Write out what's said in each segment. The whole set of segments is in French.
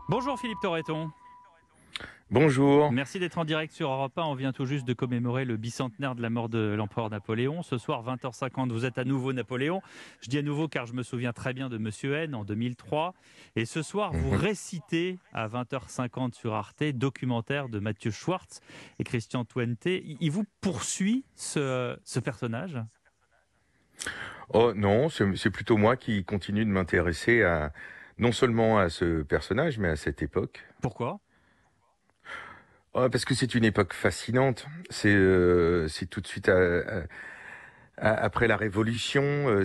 Bonjour Philippe Torreton. Bonjour. Merci d'être en direct sur Europe 1. On vient tout juste de commémorer le bicentenaire de la mort de l'empereur Napoléon. Ce soir, 20h50, vous êtes à nouveau Napoléon. Je dis à nouveau car je me souviens très bien de Monsieur N en 2003. Et ce soir, vous Mhm. récitez à 20h50 sur Arte, documentaire de Mathieu Schwartz et Christian Twente. Il vous poursuit ce personnage? Oh non, c'est plutôt moi qui continue de m'intéresser non seulement à ce personnage, mais à cette époque. Pourquoi? Oh, parce que c'est une époque fascinante. C'est tout de suite après la Révolution.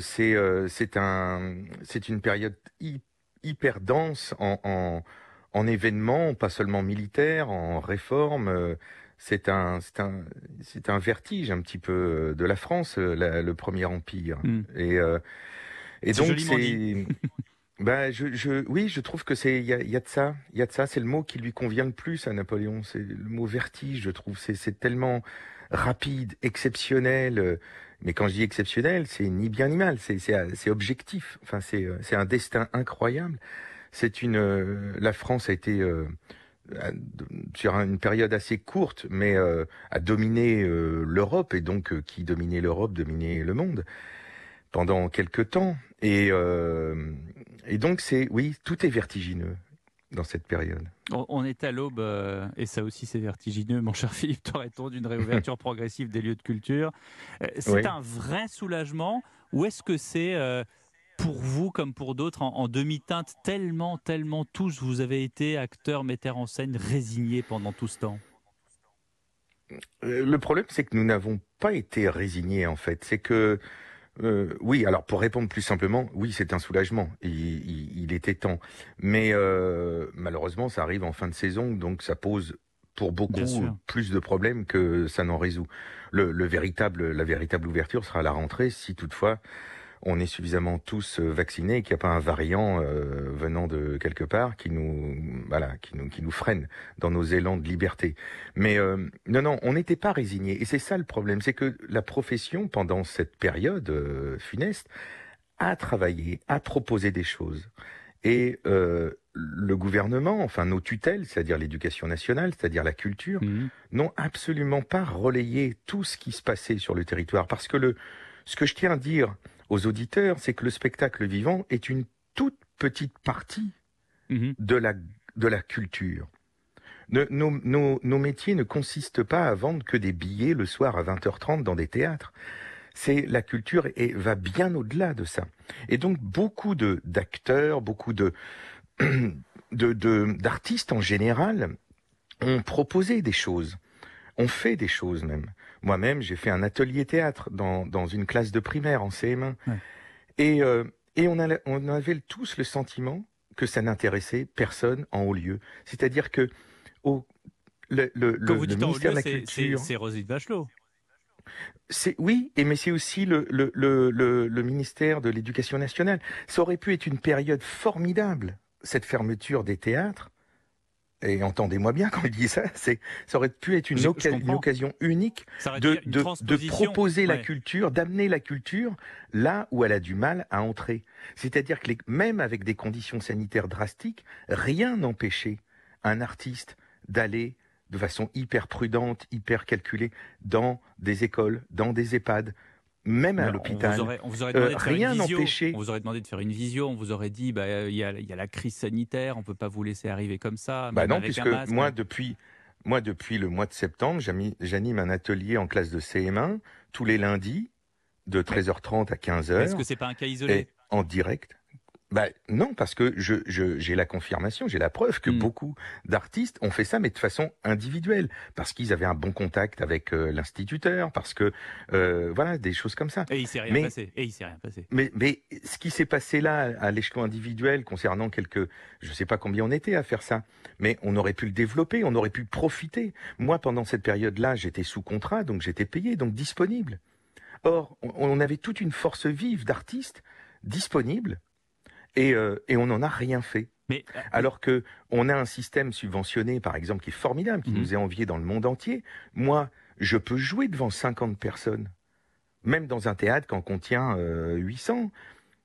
C'est une période hyper dense en événements, pas seulement militaires, en réformes. C'est un vertige un petit peu de la France, le Premier Empire. Hmm. Et, euh, et C'est donc joliment dit. oui, je trouve que il y a de ça, il y a de ça. C'est le mot qui lui convient le plus à Napoléon. C'est le mot vertige, je trouve. C'est tellement rapide, exceptionnel. Mais quand je dis exceptionnel, c'est ni bien ni mal. C'est objectif. Enfin, c'est un destin incroyable. La France a été sur une période assez courte, mais a dominé l'Europe et donc qui dominait l'Europe dominait le monde pendant quelque temps. Et donc oui, tout est vertigineux dans cette période. On est à l'aube, et ça aussi c'est vertigineux, mon cher Philippe Torreton, d'une réouverture progressive des lieux de culture. C'est Oui. un vrai soulagement ou est-ce que c'est, pour vous comme pour d'autres, en demi-teinte, tellement tous, vous avez été acteurs, metteurs en scène, résignés pendant tout ce temps? Le problème, c'est que nous n'avons pas été résignés, en fait. C'est que, oui, alors pour répondre plus simplement, oui, c'est un soulagement. Il était temps. Mais malheureusement, ça arrive en fin de saison, donc ça pose pour Bien beaucoup sûr. plus de problèmes que ça n'en résout. La véritable ouverture sera à la rentrée, si toutefois on est suffisamment tous vaccinés et qu'il n'y a pas un variant venant de quelque part qui nous freine dans nos élans de liberté. Mais non, on n'était pas résignés. Et c'est ça le problème, c'est que la profession, pendant cette période funeste, a travaillé, a proposé des choses. Et le gouvernement, enfin nos tutelles, c'est-à-dire l'éducation nationale, c'est-à-dire la culture, Mhm. n'ont absolument pas relayé tout ce qui se passait sur le territoire. Parce que ce que je tiens à dire aux auditeurs, c'est que le spectacle vivant est une toute petite partie Mhm. de de la culture. Nos métiers ne consistent pas à vendre que des billets le soir à 20h30 dans des théâtres. C'est la culture et va bien au-delà de ça. Et donc beaucoup d'acteurs, beaucoup d'artistes en général ont proposé des choses, ont fait des choses même. Moi-même, j'ai fait un atelier théâtre dans une classe de primaire en CM1. Ouais. Et, on avait tous le sentiment que ça n'intéressait personne en haut lieu. C'est-à-dire que au, Quand vous le dites en haut ministère lieu, de la c'est Culture, c'est Roselyne Bachelot. oui, mais c'est aussi le ministère de l'Éducation nationale. Ça aurait pu être une période formidable, cette fermeture des théâtres. Et entendez-moi bien quand je dis ça, ça aurait pu être Je une comprends. occasion unique Ça aurait dû une de transposition. proposer la Ouais. culture, d'amener la culture là où elle a du mal à entrer. C'est-à-dire que même avec des conditions sanitaires drastiques, rien n'empêchait un artiste d'aller de façon hyper prudente, hyper calculée, dans des écoles, dans des EHPAD, même Mais à l'hôpital. on vous aurait demandé de faire une Rien visio. On n'empêchait. vous aurait demandé de faire une visio. On vous aurait dit, bah, il y a la crise sanitaire. On peut pas vous laisser arriver comme ça, Bah même non, avec un puisque masque. moi, depuis le mois de septembre, j'anime un atelier en classe de CM1 tous les lundis de Mais 13h30 à est-ce que 15h c'est pas un cas isolé? et en direct. Bah non, parce que j'ai la confirmation, j'ai la preuve que Hmm. beaucoup d'artistes ont fait ça, mais de façon individuelle, parce qu'ils avaient un bon contact avec l'instituteur, parce que voilà, des choses comme ça. Et il s'est rien Mais passé. Et il s'est rien passé. mais ce qui s'est passé là, à l'échelon individuel, concernant je sais pas combien on était à faire ça, mais on aurait pu le développer, on aurait pu profiter. Moi, pendant cette période-là, j'étais sous contrat, donc j'étais payé, donc disponible. Or, on avait toute une force vive d'artistes disponibles, et on n'en a rien fait. Mais Alors que on a un système subventionné, par exemple, qui est formidable, qui mhm. nous est envié dans le monde entier. Moi, je peux jouer devant 50 personnes, même dans un théâtre qui en contient 800.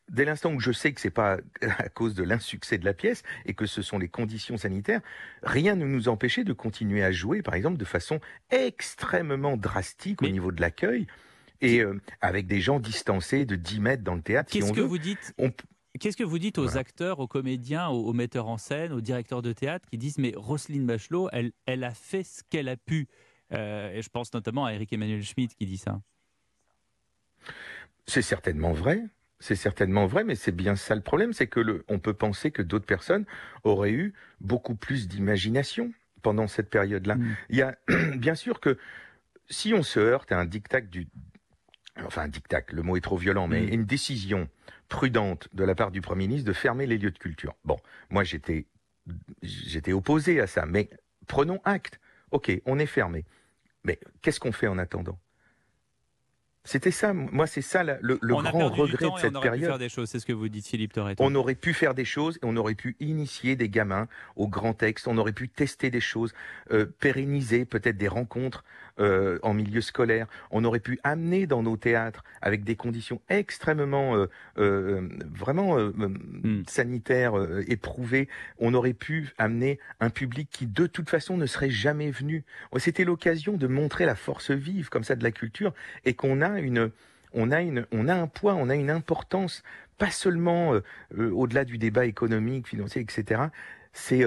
dès l'instant où je sais que c'est pas à cause de l'insuccès de la pièce et que ce sont les conditions sanitaires, rien ne nous empêchait de continuer à jouer, par exemple, de façon extrêmement drastique au Mais niveau de l'accueil et qui- avec des gens distancés de 10 mètres dans le théâtre, si qu'est-ce on que veut. vous dites On, Qu'est-ce que vous dites aux voilà. acteurs, aux comédiens, aux metteurs en scène, aux directeurs de théâtre qui disent mais Roselyne Bachelot, elle a fait ce qu'elle a pu. Et je pense notamment à Eric Emmanuel Schmitt qui dit ça. C'est certainement vrai. C'est certainement vrai, mais c'est bien ça le problème, c'est que on peut penser que d'autres personnes auraient eu beaucoup plus d'imagination pendant cette période-là. Mm. Il y a bien sûr que si on se heurte à un diktat, le mot est trop violent, mais Mm. une décision prudente de la part du Premier ministre de fermer les lieux de culture. Bon, moi j'étais opposé à ça, mais prenons acte. Ok, on est fermé. Mais qu'est-ce qu'on fait en attendant? C'était ça, moi c'est ça le On a grand perdu du regret de temps et on cette aurait pu faire période. des choses, c'est ce que vous dites, Philippe Torreton. On aurait pu faire des choses et on aurait pu initier des gamins au grand texte, on aurait pu tester des choses, pérenniser peut-être des rencontres en milieu scolaire, on aurait pu amener dans nos théâtres avec des conditions extrêmement vraiment Mm. sanitaires éprouvées, on aurait pu amener un public qui de toute façon ne serait jamais venu. C'était l'occasion de montrer la force vive comme ça de la culture et qu'on a on a un poids, on a une importance, pas seulement au-delà du débat économique, financier, etc. C'est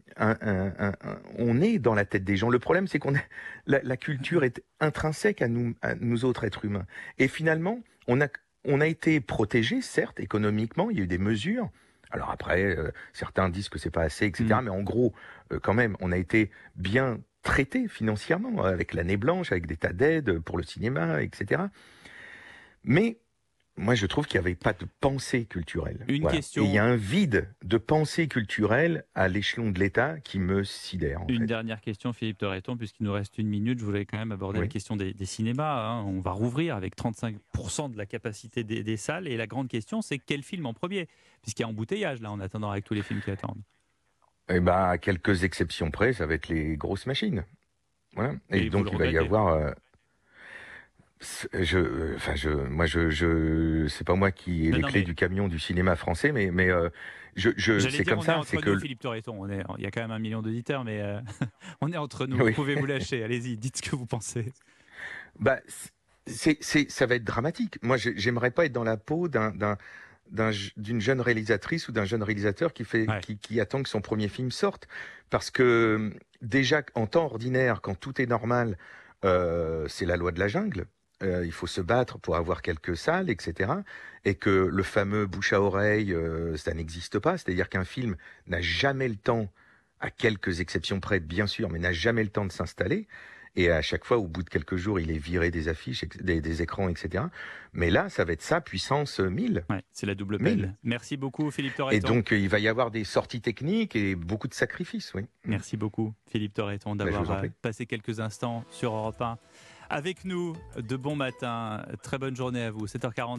on est dans la tête des gens. Le problème, c'est la culture est intrinsèque à nous autres êtres humains. Et finalement, on a été protégés, certes, économiquement. Il y a eu des mesures. Alors après, certains disent que c'est pas assez, etc. Mm. Mais en gros, quand même, on a été bien traités financièrement avec l'année blanche, avec des tas d'aides pour le cinéma, etc. Mais moi, je trouve qu'il n'y avait pas de pensée culturelle. Une Voilà. Et il y question, a un vide de pensée culturelle à l'échelon de l'État qui me sidère, en une fait. dernière question, Philippe Torreton, puisqu'il nous reste une minute. Je voulais quand même aborder la Oui. question des cinémas. Hein. On va rouvrir avec 35% de la capacité des salles. Et la grande question, c'est quel film en premier? Puisqu'il y a embouteillage, là, en attendant, avec tous les films qui attendent. Eh ben, à quelques exceptions près, ça va être les grosses machines. Voilà. Et Et vous le donc, il va y regrettez? avoir. C'est pas moi qui ai Non, les non, clés mais du camion du cinéma français, mais j'allais c'est dire, comme on est ça. entre C'est nous, que, Philippe Torreton. Il y a quand même 1 million d'auditeurs, mais on est entre nous. Vous oui. pouvez vous lâcher. Allez-y, dites ce que vous pensez. Bah, ça va être dramatique. Moi, j'aimerais pas être dans la peau d'une jeune réalisatrice ou d'un jeune réalisateur Ouais. qui attend que son premier film sorte. Parce que déjà, en temps ordinaire, quand tout est normal, c'est la loi de la jungle. Il faut se battre pour avoir quelques salles, etc. Et que le fameux bouche à oreille, ça n'existe pas. C'est-à-dire qu'un film n'a jamais le temps, à quelques exceptions près, bien sûr, mais n'a jamais le temps de s'installer. Et à chaque fois, au bout de quelques jours, il est viré des affiches, des écrans, etc. Mais là, ça va être ça, puissance 1000. Ouais, c'est la double 1000. peine. Merci beaucoup, Philippe Et Torreton. donc, il va y avoir des sorties techniques et beaucoup de sacrifices, oui. Merci beaucoup, Philippe Torreton, Ben, je vous d'avoir en prie. passé quelques instants sur Europe 1 avec nous. De bon matin. Très bonne journée à vous. 7h40.